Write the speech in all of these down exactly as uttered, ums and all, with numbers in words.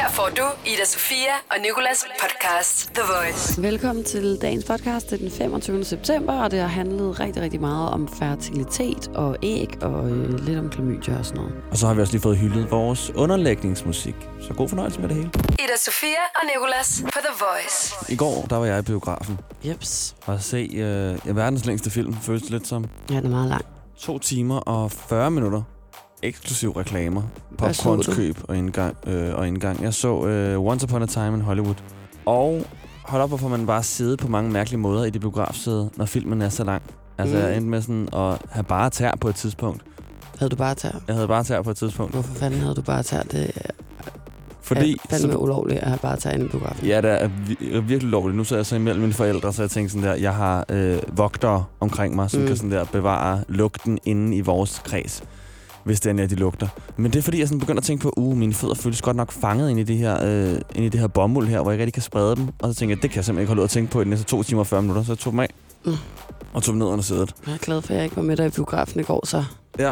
Her får du Ida Sofia og Nicolas podcast The Voice. Velkommen til dagens podcast. Det er den femogtyvende september, og det har handlet rigtig, rigtig meget om fertilitet og æg og øh, lidt om klamydia og sådan noget. Og så har vi også lige fået hyldet vores underlægningsmusik. Så god fornøjelse med det hele. Ida Sofia og Nicolas på The Voice. I går, der var jeg i biografen. Jeps. Og at se øh, ja, verdens længste film, føles det lidt som. Ja, den er meget lang. To timer og fyrre minutter. Eksklusiv reklamer, popcornskøb og indgang, øh, og indgang. Jeg så øh, Once Upon a Time in Hollywood. Og hold op, hvorfor man bare sidder på mange mærkelige måder i det biografsæde, når filmen er så lang. Altså, mm. jeg endte med sådan at have bare tær på et tidspunkt. Havde du bare tær? Jeg havde bare tær på et tidspunkt. Hvorfor fanden havde du bare tær? Det er Fordi, fandme så, ulovligt at have bare tær inde i biografen. Ja, det er virkelig ulovligt. Nu sidder jeg så imellem mine forældre, så jeg tænkte sådan der, jeg har øh, vogtere omkring mig, som mm. kan sådan der bevare lugten inde i vores kreds, hvis det er, de lugter. Men det er fordi, jeg sådan begynder at tænke på, uh, mine fødder føles godt nok fanget ind i det her, øh, ind i det her bomuld her, hvor jeg rigtig kan sprede dem. Og så tænker jeg, det kan jeg simpelthen ikke holde ud at tænke på i de næste to timer og fyrre minutter. Så jeg tog dem af mm. og tog dem ned under sædet. Jeg er glad for, at jeg ikke var med dig i biografen i går, så. Ja.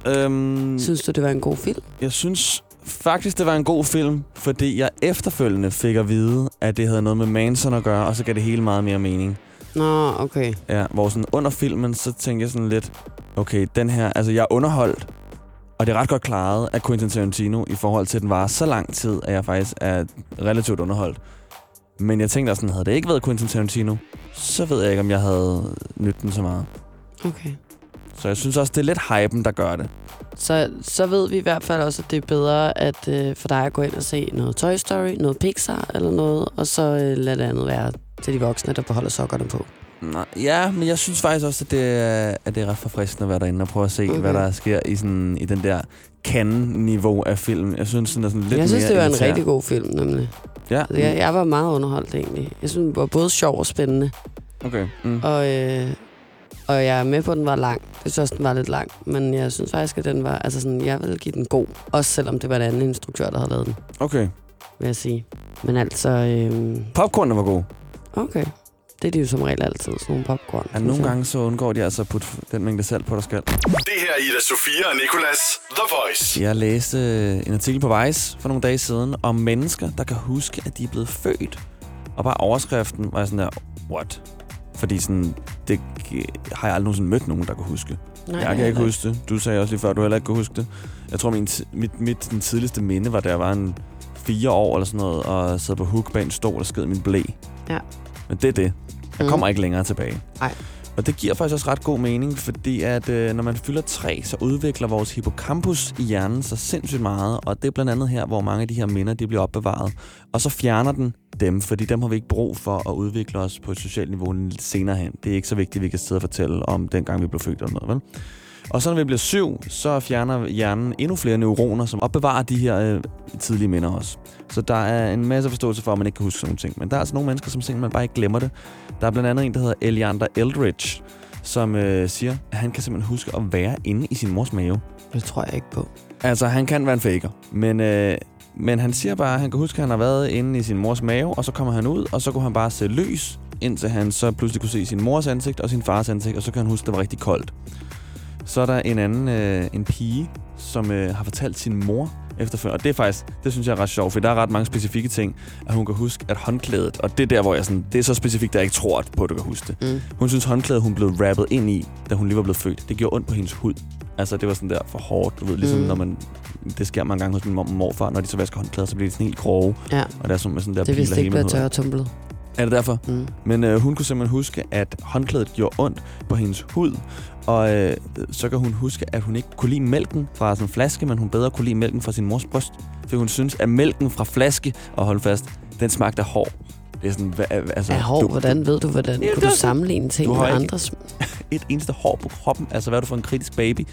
Øhm, synes du, det var en god film? Jeg synes faktisk, det var en god film, fordi jeg efterfølgende fik at vide, at det havde noget med Manson at gøre, og så gav det hele meget mere mening. Nå, okay. Ja, hvor sådan under filmen, så tænkte jeg sådan lidt, okay, den her, altså jeg er underholdt, og det er ret godt klaret af Quentin Tarantino i forhold til, at den var så lang tid, at jeg faktisk er relativt underholdt. Men jeg tænkte også sådan, havde det ikke været Quentin Tarantino, så ved jeg ikke, om jeg havde nydt den så meget. Okay. Så jeg synes også, det er lidt hypen, der gør det. Så, så ved vi i hvert fald også, at det er bedre at, øh, for dig at gå ind og se noget Toy Story, noget Pixar eller noget, og så øh, lad det andet være til de voksne, der beholder sokkerne på. Nej, ja, men jeg synes faktisk også, at det er, at det er ret forfriskende at være derinde og prøve at se, okay. hvad der sker i, sådan, i den der kan-niveau af filmen. Jeg synes, den er sådan lidt mere Jeg synes, det var elitær. En rigtig god film, nemlig. Ja. Altså, jeg, jeg var meget underholdt, egentlig. Jeg synes, den var både sjov og spændende. Okay. Mm. Og, øh, og jeg er med på, at den var lang. Jeg synes også, den var lidt lang. Men jeg synes faktisk, at den var... Altså sådan, jeg ville give den god. Også selvom det var en anden instruktør, der havde lavet den. Okay. Vil jeg sige. Men altså... Øh... Popcornen var god. Okay. Det er de jo som regel altid, sådan nogle popcorn. Ja, nogle gange så undgår de altså at putte den mængde salt på, der skal. Det her er Ida Sofia og Nicolas, The Voice. Jeg læste en artikel på Vice for nogle dage siden om mennesker, der kan huske, at de er blevet født. Og bare overskriften var sådan der, what? Fordi sådan, det har jeg aldrig nogensinde mødt nogen, der kan huske. Nej, jeg kan ikke huske det. Du sagde også lige før, du heller ikke kan huske det. Jeg tror, min t- mit, mit den tidligste minde var, da jeg var en fire år eller sådan noget, og sad på hook bag en stol og sked min blæ. Ja. Men det er det. Jeg kommer mm. ikke længere tilbage. Nej. Og det giver faktisk også ret god mening, fordi at øh, når man fylder tre, så udvikler vores hippocampus i hjernen sig sindssygt meget, og det er blandt andet her, hvor mange af de her minder, de bliver opbevaret. Og så fjerner den dem, fordi dem har vi ikke brug for at udvikle os på et socialt niveau lidt senere hen. Det er ikke så vigtigt, at vi kan sidde og fortælle om dengang vi blev født eller noget, vel? Og så når vi bliver syv, så fjerner hjernen endnu flere neuroner, som opbevarer de her øh, tidlige minder også. Så der er en masse forståelse for, at man ikke kan huske sådan nogle ting. Men der er altså nogle mennesker, som simpelthen bare ikke glemmer det. Der er blandt andet en, der hedder Eliander Eldridge, som øh, siger, at han kan simpelthen huske at være inde i sin mors mave. Det tror jeg ikke på. Altså, han kan være en faker. Men, øh, men han siger bare, at han kan huske, at han har været inde i sin mors mave, og så kommer han ud, og så kunne han bare se lys, indtil han så pludselig kunne se sin mors ansigt og sin fars ansigt, og så kan han huske, at det var rigtig koldt. Så er der en anden, øh, en pige, som øh, har fortalt sin mor efterfølgende. Og det er faktisk, det synes jeg er ret sjovt, for der er ret mange specifikke ting, at hun kan huske, at håndklædet, og det er der, hvor jeg sådan, det er så specifikt, at jeg ikke tror på, at du kan huske det. Mm. Hun synes, håndklædet, hun blev rappet ind i, da hun lige var blevet født, det gjorde ondt på hendes hud. Altså, det var sådan der for hårdt, du ved, ligesom mm. når man, det sker mange gange hos min mor og morfar, når de så vasker håndklæder, så bliver de sådan helt grove. Ja. Og der er sådan med sådan der det vidste ikke være tørre og tumblet. Er det derfor? Mm. Men øh, hun kunne simpelthen huske, at håndklædet gjorde ondt på hendes hud. Og øh, så kan hun huske, at hun ikke kunne lide mælken fra sådan en flaske, men hun bedre kunne lide mælken fra sin mors bryst. For hun synes, at mælken fra flaske, og hold fast, den smagte af hår. Det er sådan, hva, altså... Af hår? Hvordan ved du, hvordan? Ja, kunne du sammenligne ting du med andres? Et eneste hår på kroppen. Altså, hvad er du for en kritisk baby?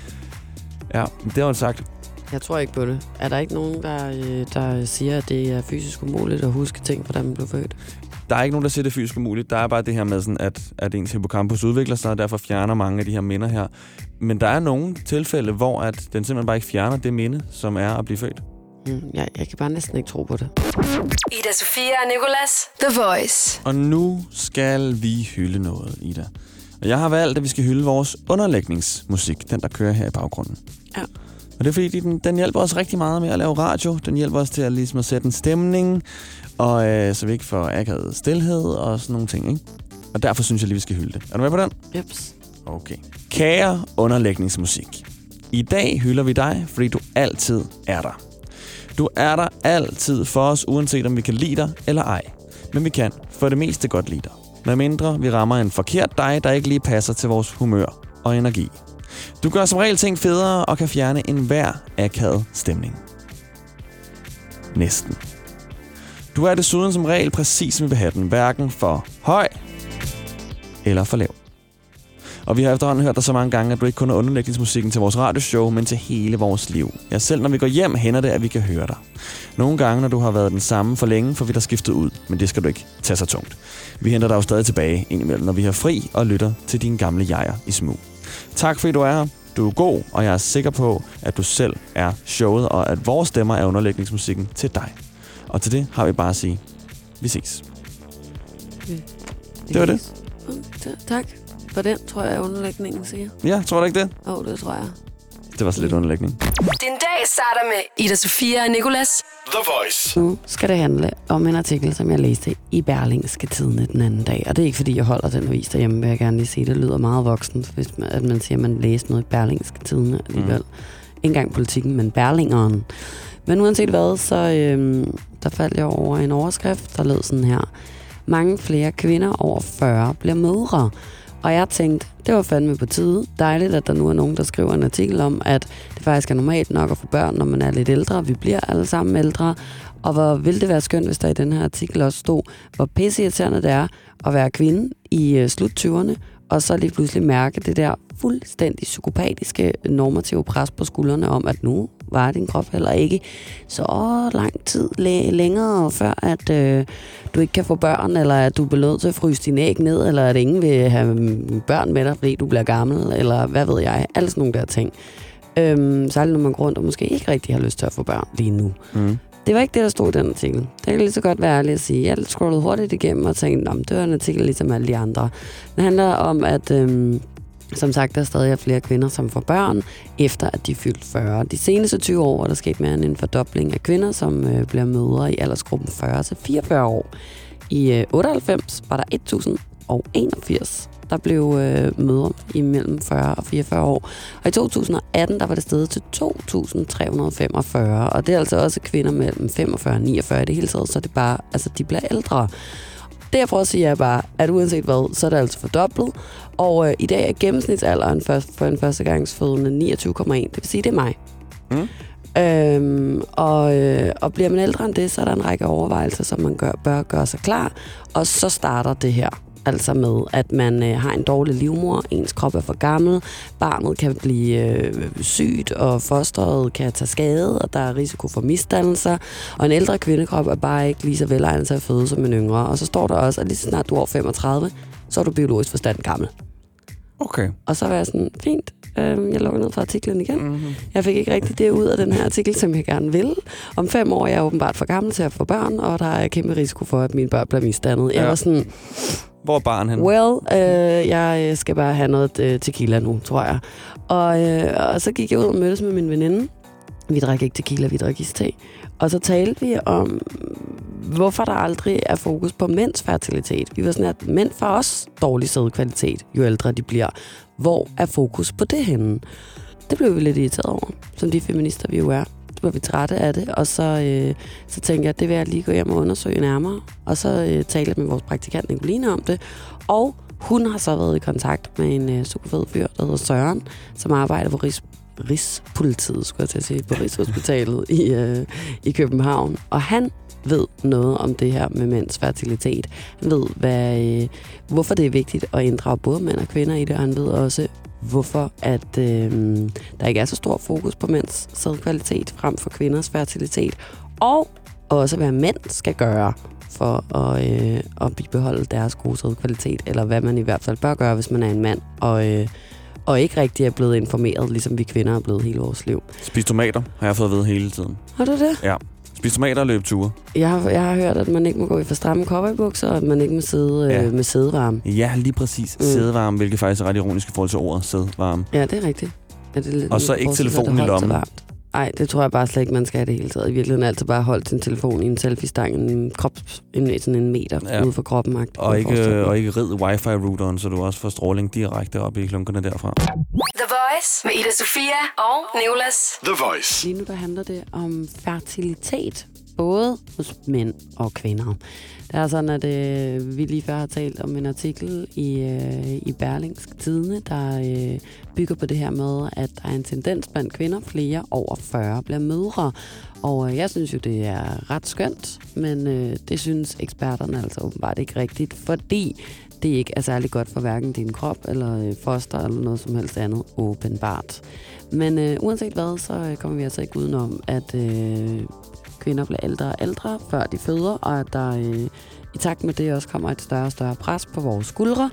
Ja, det har hun sagt. Jeg tror ikke på det. Er der ikke nogen, der, der siger, at det er fysisk umuligt at huske ting, hvordan man blev født? Der er ikke nogen, der siger, det er fysisk umuligt. Der er bare det her med, sådan, at, at ens hippocampus udvikler sig, og derfor fjerner mange af de her minder her. Men der er nogle tilfælde, hvor at den simpelthen bare ikke fjerner det minde, som er at blive født. Mm, jeg, jeg kan bare næsten ikke tro på det. Ida Sofia og Nicolas, The Voice. Og nu skal vi hylde noget, Ida. Og jeg har valgt, at vi skal hylde vores underlægningsmusik, den der kører her i baggrunden. Ja. Og det er fordi, den, den hjælper os rigtig meget med at lave radio. Den hjælper os til at, ligesom at sætte en stemning, og øh, så vi ikke får akavet stilhed og sådan nogle ting, ikke? Og derfor synes jeg lige, vi skal hylde det. Er du med på den? Jeps. Okay. Kære underlægningsmusik. I dag hylder vi dig, fordi du altid er der. Du er der altid for os, uanset om vi kan lide dig eller ej. Men vi kan for det meste godt lide dig. Med mindre vi rammer en forkert dig, der ikke lige passer til vores humør og energi. Du gør som regel ting federe og kan fjerne enhver akavet stemning. Næsten. Du er desuden som regel præcis som vi vil have den, hverken for høj eller for lav. Og vi har efterhånden hørt dig så mange gange, at du ikke kun er underlægningsmusikken til vores radioshow, men til hele vores liv. Ja, selv når vi går hjem, hænder det, at vi kan høre dig. Nogle gange, når du har været den samme for længe, får vi dig skiftet ud, men det skal du ikke tage så tungt. Vi henter dig jo stadig tilbage indimellem, når vi har fri og lytter til dine gamle jeger i smug. Tak fordi du er her. Du er god, og jeg er sikker på, at du selv er showet, og at vores stemmer er underlægningsmusikken til dig. Og til det har vi bare at sige, vi ses. Vi, det var det. Tak. For den, tror jeg, underlægningen siger. Ja, tror du ikke det? Åh, oh, det tror jeg. Det var så lidt underlægning. Den dag starter med Ida Sofia og Nicolas. The Voice. Nu skal det handle om en artikel, som jeg læste i Berlingske Tidende den anden dag. Og det er ikke, fordi jeg holder den avis derhjemme, vil jeg gerne lige sige. Det lyder meget voksent, hvis man, at man siger, at man læste noget i Berlingske Tidende alligevel. Mm. Ikke engang politikken, men Berlingeren. Men uanset hvad, så øhm, der faldt jeg over en overskrift, der lød sådan her. Mange flere kvinder over fyrre bliver mødre. Og jeg tænkte, det var fandme på tide. Dejligt, at der nu er nogen, der skriver en artikel om, at det faktisk er normalt nok at få børn, når man er lidt ældre. Vi bliver alle sammen ældre. Og hvor ville det være skønt, hvis der i den her artikel også stod, hvor pisseirriterende det er at være kvinde i uh, slut tyverne, og så lige pludselig mærke det der fuldstændig psykopatiske normative pres på skuldrene om, at nu var din krop heller ikke så lang tid læ- længere, før at øh, du ikke kan få børn, eller at du bliver nødt til at fryse din æg ned, eller at ingen vil have børn med dig, fordi du bliver gammel, eller hvad ved jeg. Alle sådan nogle der ting. Øhm, særligt når man går rundt og måske ikke rigtig har lyst til at få børn lige nu. Mm. Det var ikke det, der stod i den artikel. Det kan lige så godt være ærlig at sige. Jeg scrollede hurtigt igennem og tænkte, det var en artikel ligesom alle de andre. Det handler om, at øhm, som sagt, der er stadig flere kvinder, som får børn, efter at de er fyldt fyrre. De seneste tyve år er der sket mere end en fordobling af kvinder, som øh, bliver mødre i aldersgruppen fyrre til fireogfyrre år. I øh, otteoghalvfems var der et tusind og enogfirs, der blev øh, mødre imellem fyrre og fireogfyrre år. Og i to tusind og atten, der var det steget til to tusind tre hundrede og femogfyrre. Og det er altså også kvinder mellem femogfyrre og niogfyrre i det hele taget, så det bare, altså de bliver ældre. Det jeg prøver at sige er bare, at uanset hvad, så er det altså fordoblet. Og øh, i dag er gennemsnitsalderen for, for en førstegangsfødende niogtyve komma en. Det vil sige, det er mig. Mm. Øhm, og, øh, og bliver man ældre end det, så er der en række overvejelser, som man gør, bør gøre sig klar. Og så starter det her. Altså med, at man øh, har en dårlig livmor, ens krop er for gammel, barnet kan blive øh, sygt, og fosteret kan tage skade, og der er risiko for misdannelser. Og en ældre kvindekrop er bare ikke lige så velegnet til at føde som en yngre. Og så står der også, at lige snart du er over femogtredive, så er du biologisk forstand gammel. Okay. Og så var jeg sådan, fint, øh, jeg lukker ned fra artiklen igen. Mm-hmm. Jeg fik ikke rigtig det ud af den her artikel, som jeg gerne ville. Om fem år er jeg åbenbart for gammel til at få børn, og der er kæmpe risiko for, at mine børn bliver misdannet. Jeg ja. var sådan... Hvor er barn henne? Well, øh, jeg skal bare have noget øh, tequila nu, tror jeg. Og, øh, og så gik jeg ud og mødtes med min veninde. Vi drak ikke tequila, vi drak iste. Og så talte vi om, hvorfor der aldrig er fokus på mænds fertilitet. Vi var sådan, at mænd får også dårlig sædkvalitet, jo ældre de bliver. Hvor er fokus på det henne? Det blev vi lidt irriteret over, som de feminister, vi jo er. Så var vi trætte af det, og så, øh, så tænkte jeg, at det vil jeg lige gå hjem og undersøge nærmere. Og så øh, talte jeg med vores praktikant Nicoline om det. Og hun har så været i kontakt med en øh, super fed fyr, der hedder Søren, som arbejder på Rigs, Rigspolitiet, skulle jeg til at sige, på Rigshospitalet i, øh, i København. Og han ved noget om det her med mænds fertilitet. Han ved, hvad, øh, hvorfor det er vigtigt at inddrage både mænd og kvinder i det, og han ved også, hvorfor at øh, der ikke er så stor fokus på mænds sædkvalitet frem for kvinders fertilitet. Og også, hvad mænd skal gøre for at, øh, at bibeholde deres gode sædkvalitet, eller hvad man i hvert fald bør gøre, hvis man er en mand, og, øh, og ikke rigtig er blevet informeret, ligesom vi kvinder er blevet hele vores liv. Spis tomater, har jeg fået at vide hele tiden. Har du det? Ja. Spis tomater og løb ture. Jeg har, jeg har hørt, at man ikke må gå i for stramme cowboybukser, og at man ikke må sidde ja. øh, med sædevarme. Ja, lige præcis. Mm. Sædevarme, hvilket faktisk er ret ironisk i forhold til ordet sædevarme. Ja, det er rigtigt. Ja, det er lidt og så ikke telefonen i lommen. Nej, det tror jeg bare slet ikke, man skal have det hele taget. I virkeligheden altid bare holdt sin telefon i en selfie-stang, en, krop, en, sådan en meter ja. ude for kroppen. Og ikke, og ikke rid wifi-routeren, så du også får stråling direkte op i klunkerne derfra. The Voice med Ida Sofia og Nicolas. The Voice. Lige nu der handler det om fertilitet, både hos mænd og kvinder. Det er sådan, at øh, vi lige før har talt om en artikel i, øh, i Berlingske Tidende, der øh, bygger på det her med, at der er en tendens blandt kvinder, flere over fyrre bliver mødre. Og øh, jeg synes jo, det er ret skønt, men øh, det synes eksperterne altså åbenbart ikke rigtigt, fordi det ikke er særlig godt for hverken din krop eller øh, foster eller noget som helst andet åbenbart. Men øh, uanset hvad, så øh, kommer vi altså ikke udenom, at øh, kvinder bliver ældre og ældre, før de føder, og at der øh, i takt med det også kommer et større og større pres på vores skuldre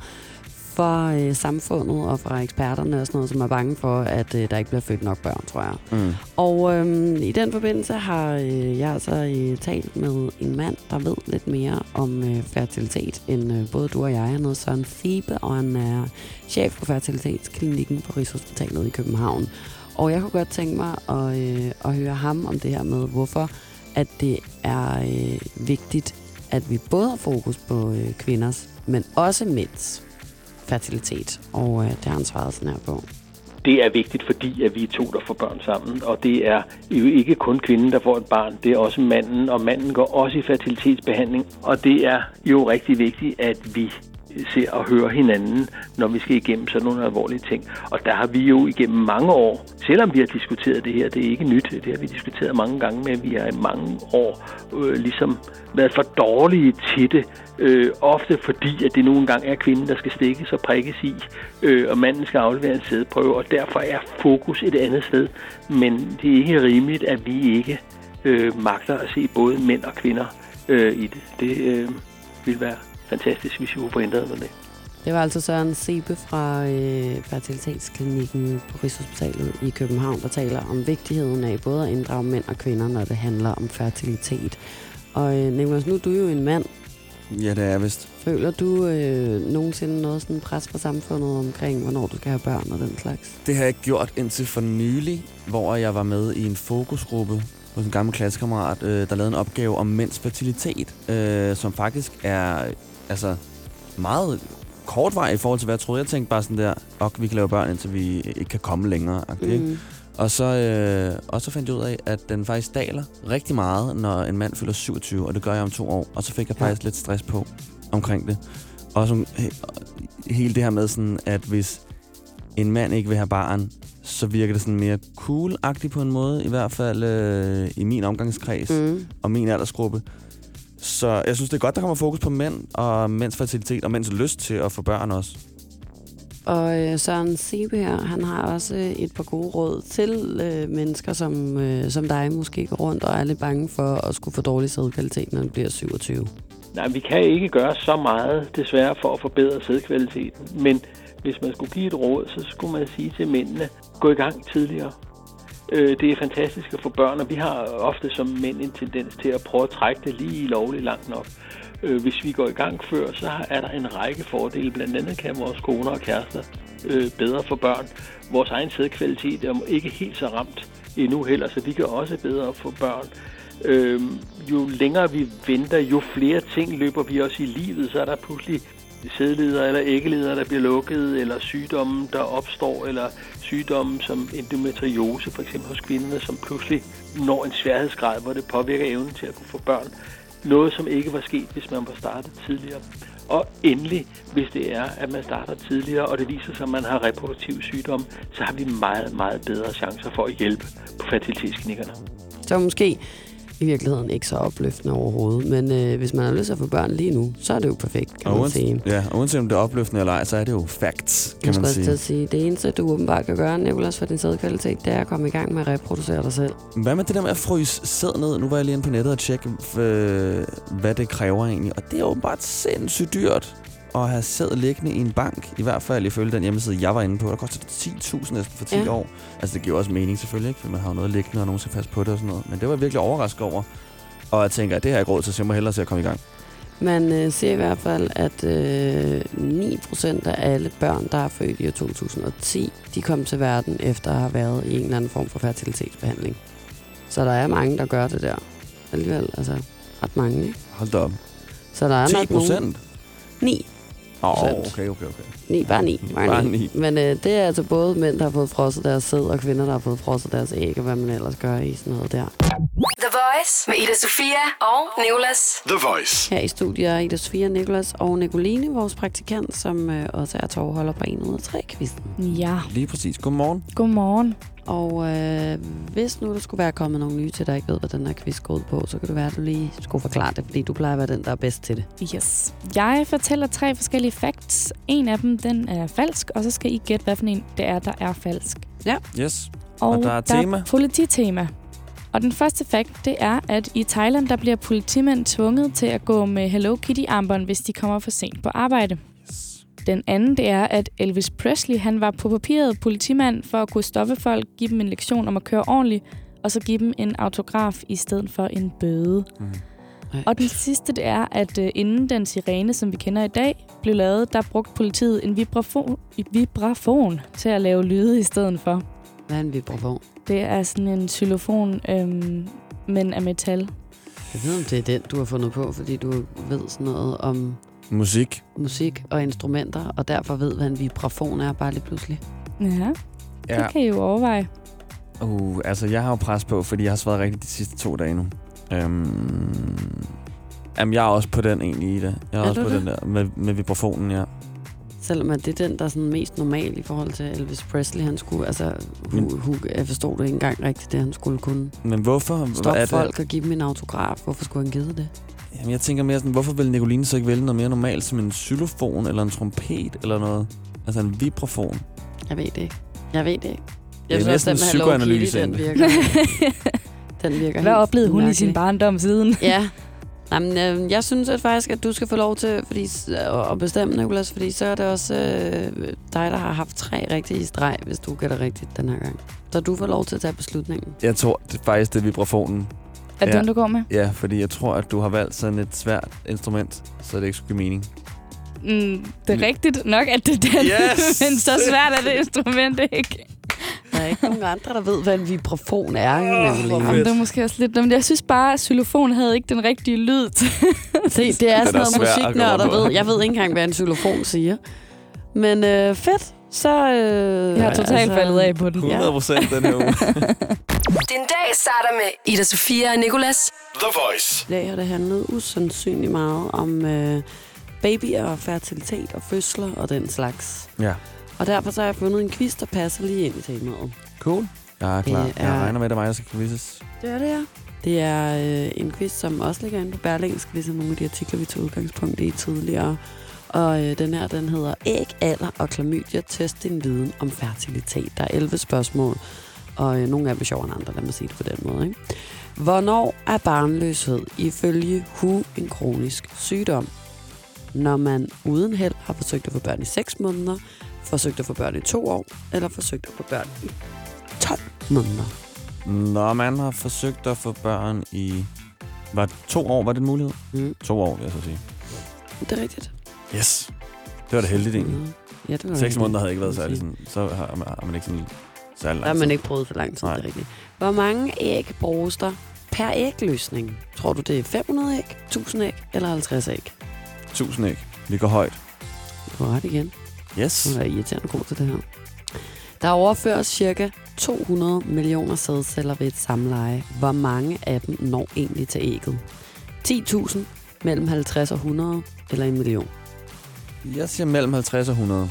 for øh, samfundet og fra eksperterne og sådan noget, som er bange for, at øh, der ikke bliver født nok børn, tror jeg. Mm. Og øh, i den forbindelse har øh, jeg altså øh, talt med en mand, der ved lidt mere om øh, fertilitet, end øh, både du og jeg. Han hedder Søren Fibe, og han er chef på fertilitetsklinikken på Rigshospitalet i København. Og jeg kunne godt tænke mig at, øh, at høre ham om det her med, hvorfor at det er øh, vigtigt, at vi både har fokus på øh, kvinders, men også mænds fertilitet. Og øh, det har han svaret sådan her på. Det er vigtigt, fordi at vi er to, der får børn sammen, og det er jo ikke kun kvinden, der får et barn, det er også manden, og manden går også i fertilitetsbehandling, og det er jo rigtig vigtigt, at vi ser og hører hinanden, når vi skal igennem sådan nogle alvorlige ting. Og der har vi jo igennem mange år, selvom vi har diskuteret det her, det er ikke nyt, det har vi diskuteret mange gange, men vi har i mange år øh, ligesom været for dårlige til det, øh, ofte fordi, at det nogle gange er kvinden, der skal stikkes og prikkes i, øh, og manden skal aflevere en sædprøve, og derfor er fokus et andet sted. Men det er ikke rimeligt, at vi ikke øh, magter at se både mænd og kvinder øh, i det. Det øh, vil være fantastisk, hvis vi kunne få ændret med det. Det var altså Søren Sebe fra øh, fertilitetsklinikken på Rigshospitalet i København, der taler om vigtigheden af både at inddrage mænd og kvinder, når det handler om fertilitet. Og øh, Nicolas, nu er du jo en mand. Ja, det er vist. Føler du øh, nogensinde noget sådan pres fra samfundet omkring, hvornår du skal have børn og den slags? Det har jeg ikke gjort indtil for nylig, hvor jeg var med i en fokusgruppe hos en gammel klassekammerat, øh, der lavede en opgave om mænds fertilitet, øh, som faktisk er altså meget kort vej i forhold til, hvad jeg troede. Jeg tænkte bare sådan der, ok, vi kan lave børn, indtil vi ikke kan komme længere. Okay? Mm. Og, så, øh, og så fandt jeg ud af, at den faktisk daler rigtig meget, når en mand fylder syvogtyve, og det gør jeg om to år. Og så fik jeg faktisk ja. lidt stress på omkring det. Og som, he, hele det her med sådan, at hvis en mand ikke vil have barn, så virker det sådan mere cool-agtigt på en måde, i hvert fald øh, i min omgangskreds mm. og min aldersgruppe. Så jeg synes, det er godt, der kommer fokus på mænd og mænds fertilitet og mænds lyst til at få børn også. Og øh, Søren Sebe her, han har også et par gode råd til øh, mennesker, som, øh, som dig måske går rundt og er lidt bange for at skulle få dårlig sædkvalitet, når man bliver syvogtyve. Nej, vi kan ikke gøre så meget, desværre, for at forbedre sædkvaliteten. Men hvis man skulle give et råd, så skulle man sige til mændene, gå i gang tidligere. Øh, det er fantastisk at få børn, og vi har ofte som mænd en tendens til at prøve at trække det lige lovligt langt nok. Øh, hvis vi går i gang før, så er der en række fordele. Blandt andet kan vores koner og kærester øh, bedre få børn. Vores egen sædkvalitet er ikke helt så ramt endnu heller, så vi kan også bedre få børn. Øh, jo længere vi venter, jo flere ting løber vi også i livet, så er der pludselig sædleder eller æggeleder, der bliver lukket, eller sygdomme, der opstår, eller sygdomme som endometriose, for eksempel hos kvinderne, som pludselig når en sværhedsgrad, hvor det påvirker evnen til at kunne få børn. Noget, som ikke var sket, hvis man var startet tidligere. Og endelig, hvis det er, at man starter tidligere, og det viser sig, at man har reproduktiv sygdom, så har vi meget, meget bedre chancer for at hjælpe på fertilitetsklinikkerne. Så måske i virkeligheden ikke så opløftende overhovedet, men øh, hvis man har lyst til at få børn lige nu, så er det jo perfekt, kan og man sige. Ja, og uanset om det er opløftende eller ej, så er det jo facts, kan jeg man sige. Jeg sige. Det eneste, du åbenbart kan gøre, Nicolas, for din sædkvalitet, det er at komme i gang med at reproducere dig selv. Hvad med det der med at fryse sæd ned? Nu var jeg lige inde på nettet og tjekke, øh, hvad det kræver egentlig, og det er åbenbart sindssygt dyrt at have sæd liggende i en bank, i hvert fald ifølge den hjemmeside, jeg var inde på. Der koster ti tusind næsten for ti ja. år. Altså, det giver også mening selvfølgelig, ikke? For man har jo noget liggende, og nogen skal passe på det og sådan noget. Men det var jeg virkelig overrasket over. Og jeg tænker, at det her er råd til, så jeg må hellere til at komme i gang. Man øh, ser i hvert fald, at øh, ni procent af alle børn, der er født i år to tusind og ti, de kom til verden efter at have været i en eller anden form for fertilitetsbehandling. Så der er mange, der gør det der. Alligevel, altså ret mange, ikke? Hold da op. Så der er ti nok procent? nogen. ni. Åh, oh, okay, okay, okay. Ni, bare ni. Bare, Bare ni. ni. Men øh, det er altså både mænd, der har fået frosset deres sæd, og kvinder, der har fået frosset deres æg, og hvad man ellers gør i sådan noget der. The Voice med Ida Sofia og Nicolas. The Voice. Her i studiet er Ida Sofia, Nicolas og Nicoline, vores praktikant, som øh, også er tovholder på en ud af tre quizzen. Ja, Lige præcis. Godmorgen. godmorgen. Og øh, hvis nu der skulle være kommet nogle nye til, der ikke ved, hvad den her quiz går ud på, så kan det være, at du lige skulle forklare det, fordi du plejer at være den, der er bedst til det. Yes. Jeg fortæller tre forskellige facts. En af dem, den er falsk, og så skal I gætte, hvad for en det er, der er falsk. Yes. Og, Og der er tema? Der er polititema. Og den første fact, det er, at i Thailand, der bliver politimænd tvunget til at gå med Hello Kitty-armbånd, hvis de kommer for sent på arbejde. Den anden, det er, at Elvis Presley, han var på papiret politimand for at kunne stoppe folk, give dem en lektion om at køre ordentligt, og så give dem en autograf i stedet for en bøde. Mm. Og den sidste, det er, at uh, inden den sirene, som vi kender i dag, blev lavet, der brugte politiet en vibrafon, vibrafon til at lave lyde i stedet for. Hvad er en vibrafon? Det er sådan en xylofon, øhm, men af metal. Jeg ved, om det er den, du har fundet på, fordi du ved sådan noget om Musik. musik og instrumenter, og derfor ved, hvad en vibrafon er bare lige pludselig. Ja, Ja. det kan I jo overveje. Uh, altså, jeg har jo pres på, fordi jeg har svaret rigtigt de sidste to dage nu. Øhm, jamen, jeg er også på den egentlig, Ida. Jeg er, Er også du på det? den der med, med vibrafonen, ja. Selvom at det er den, der er sådan mest normal i forhold til Elvis Presley. Han skulle, altså, hu, Men- hu, jeg forstod det ikke engang rigtigt, det han skulle kunne. Men hvorfor? Stoppe er det? folk og give dem en autograf. Hvorfor skulle han give det? Jamen, jeg tænker mere sådan, hvorfor vil Nicoline så ikke vælge noget mere normalt, som en xylofon eller en trompet eller noget? Altså en vibrafon. Jeg ved det ikke. Jeg ved det ikke. Det er Jeg næsten en synes også, den med Hello Kitty, psykoanalyse, den egentlig. virker. Den virker Hvad helt oplevede hun i mærkelig. sin barndom siden? Ja. Jamen, øh, jeg synes at faktisk, at du skal få lov til fordi, øh, at bestemme, Nicolas, fordi så er det også øh, dig, der har haft tre rigtige streg, hvis du gætter rigtigt den her gang. Så du får lov til at tage beslutningen. Jeg tror det er faktisk, det er vibrafonen. Er det Ja. den, du går med? Ja, fordi jeg tror, at du har valgt sådan et svært instrument, så det ikke skulle give mening. Mm, det er rigtigt nok, at det er den. Yes! Men så svært er det instrument ikke. Der er ikke nogen andre, der ved, hvad en vibrafon er. Oh, Jamen, det er måske også lidt dumt. Jeg synes bare, at xylofon havde ikke den rigtige lyd til. Se, det er Den sådan er noget svær at gå musiknørder rundt på. ved. Jeg ved ikke engang, hvad en xylofon siger. Men øh, fedt. Så, øh, Jeg har totalt faldet af på den. hundrede procent den her uge. Den dag starter med Ida Sofia og Nicolas. The Voice. I dag har det handlet usandsynligt meget om øh, babyer og fertilitet og fødsler og den slags. Ja, Og derfor så har jeg fundet en quiz, der passer lige ind i temaet. cool. Jeg er klar. Det Jeg er- regner med, at det er mig, der skal quizzes. Det er det, ja. Det er øh, en quiz, som også ligger inde på Berlingske, ligesom nogle af de artikler, vi tog udgangspunkt i tidligere. Og øh, den her, den hedder Æg, alder og klamydia. Test din viden om fertilitet. Der er elleve spørgsmål, og øh, nogle af dem er sjovere end andre, lad mig sige det på den måde. Ikke? Hvornår er barnløshed ifølge W H O en kronisk sygdom? Når man uden held har forsøgt at få børn i seks måneder, forsøgt at få børn i to år, eller forsøgt at få børn i tolv måneder. Når man har forsøgt at få børn i... Var det to år, var det en mulighed? Mm. To år, vil jeg så sige. Det er rigtigt. Yes. Det var da heldigt, egentlig. Mm. Ja, det var Seks rigtigt. måneder havde ikke været Kan man særlig sige. sådan... Så har man, har man ikke sådan særlig Der har lang man tid. ikke prøvet for lang tid, Nej. det er rigtigt. Hvor mange æg bruges der per ægløsning? Tror du, det er fem hundrede æg, tusind æg eller halvtreds æg? Tusind æg. Vi går højt. Du har ret igen. Yes. Du er irriterende god til det her. Der overføres cirka to hundrede millioner sædceller ved et samleje. Hvor mange af dem når egentlig til ægget? ti tusind, mellem halvtreds og hundrede eller en million? Jeg siger mellem halvtreds og hundrede.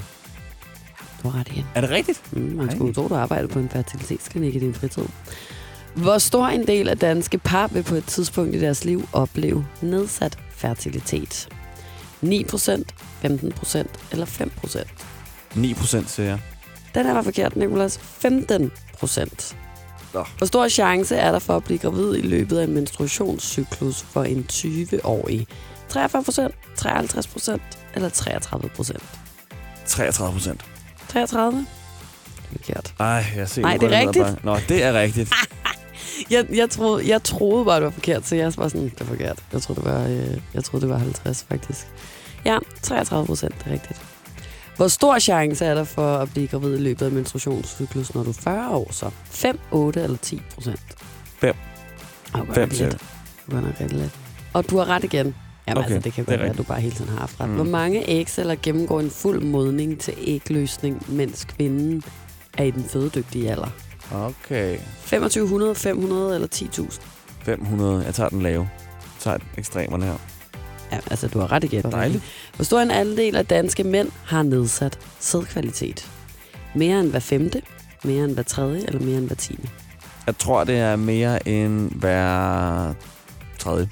Du har ret igen. Er det rigtigt? Mm, man Ej. skulle jo tro, du arbejder på en fertilitetsklinik i din fritid. Hvor stor en del af danske par vil på et tidspunkt i deres liv opleve nedsat fertilitet? ni procent, femten procent eller fem procent? ni procent, siger jeg. Den her var forkert, Nicolas. femten procent. Nå. Hvor stor chance er der for at blive gravid i løbet af en menstruationscyklus for en tyve-årig? treogfyrre procent, treoghalvtreds procent eller treogtredive procent? treogtredive procent. treogtredive? Forkert. Ej, jeg ser Nej, det er rigtigt. Nå, det er rigtigt. jeg, jeg, troede, jeg troede bare, det var forkert, så jeg var sådan, det var forkert. Jeg troede, det var, øh, jeg troede, det var halvtreds, faktisk. Ja, treogtredive procent, det er rigtigt. Hvor stor chance er der for at blive gravid i løbet af menstruationscyklus, når du er fyrre år, så? fem, otte eller ti procent? fem. fem, siger du. Du nok rigtig let. Og du har ret igen. Jamen okay, altså, det kan godt være, at du bare hele tiden har haft ret. Mm. Hvor mange ægceller gennemgår en fuld modning til ægløsning, mens kvinden er i den fødedygtige alder? Okay. femogtyve hundrede, fem hundrede eller ti tusind? fem hundrede. Jeg tager den lave. Jeg tager ekstremerne her. Ja, altså, du har ret igen. Dejligt. Hvor stor en andel af danske mænd har nedsat sædkvalitet? Mere end hver femte, mere end hver tredje eller mere end hver tiende? Jeg tror, det er mere end hver tredje.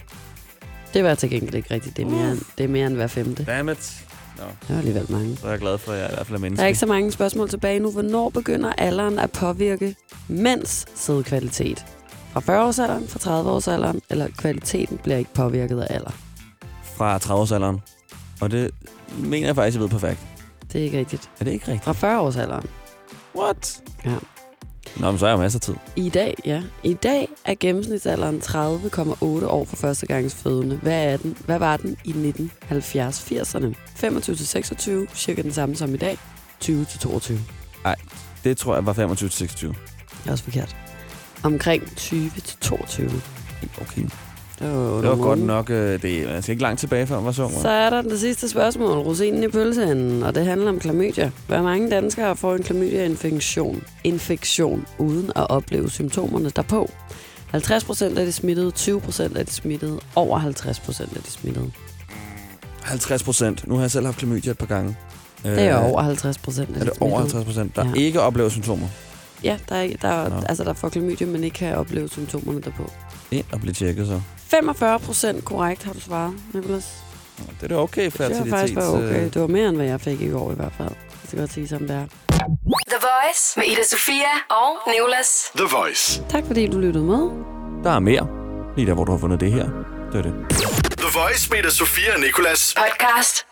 Det var til gengæld ikke rigtigt. Det er mere, end, det er mere end hver femte. Dammit. No. Det var alligevel mange. Så er jeg glad for, at jeg i hvert fald er menneske. Der er ikke så mange spørgsmål tilbage nu. Hvornår begynder alderen at påvirke mænds sædkvalitet? Fra fyrre-årsalderen, fra tredive-årsalderen, eller kvaliteten bliver ikke påvirket af alder? Fra tredive-årsalderen. Og det mener jeg faktisk, jeg ved perfekt. Det er ikke rigtigt. Er det ikke rigtigt? Fra fyrre-årsalderen. What? Ja. Nå, men så er jeg jo masser af tid. I dag, ja. I dag er gennemsnitsalderen tredive komma otte år for førstegangsfødende. Hvad er den? Hvad var den i nitten halvfjerds firserne? femogtyve til seksogtyve, cirka den samme som i dag. tyve til toogtyve. Nej, det tror jeg var femogtyve til seksogtyve. Det er også forkert. Omkring tyve til toogtyve. Okay. Det var, det var godt nok. Øh, det er altså ikke langt tilbage, før man var så ung. Så er der det sidste spørgsmål. Rosinen i pølseenden, og det handler om klamydia. Hvor mange danskere får en klamydia-infektion infektion, uden at opleve symptomerne derpå? halvtreds procent af de smittede, tyve procent af de smittede, over halvtreds procent af de smittede. halvtreds procent. Nu har jeg selv haft klamydia et par gange. Det er over halvtreds procent af de smittede. Er det over halvtreds procent, der ja. ikke oplever symptomer? Ja, der er, der er, altså, der får klamydia, men ikke kan opleve symptomerne derpå. Ind og blive tjekket så. femogfyrre procent korrekt har du svaret, Nicholas. Det er da okay fertilitet. Det var faktisk var okay. Det var mere, end hvad jeg fik i går i hvert fald. Det skal godt sige, som det er. The Voice med Ida Sofia og Nicholas. The Voice. Tak fordi du lyttede med. Der er mere. Lige der, hvor du har fundet det her. Det er det. The Voice med Ida Sofia og Nicholas. Podcast.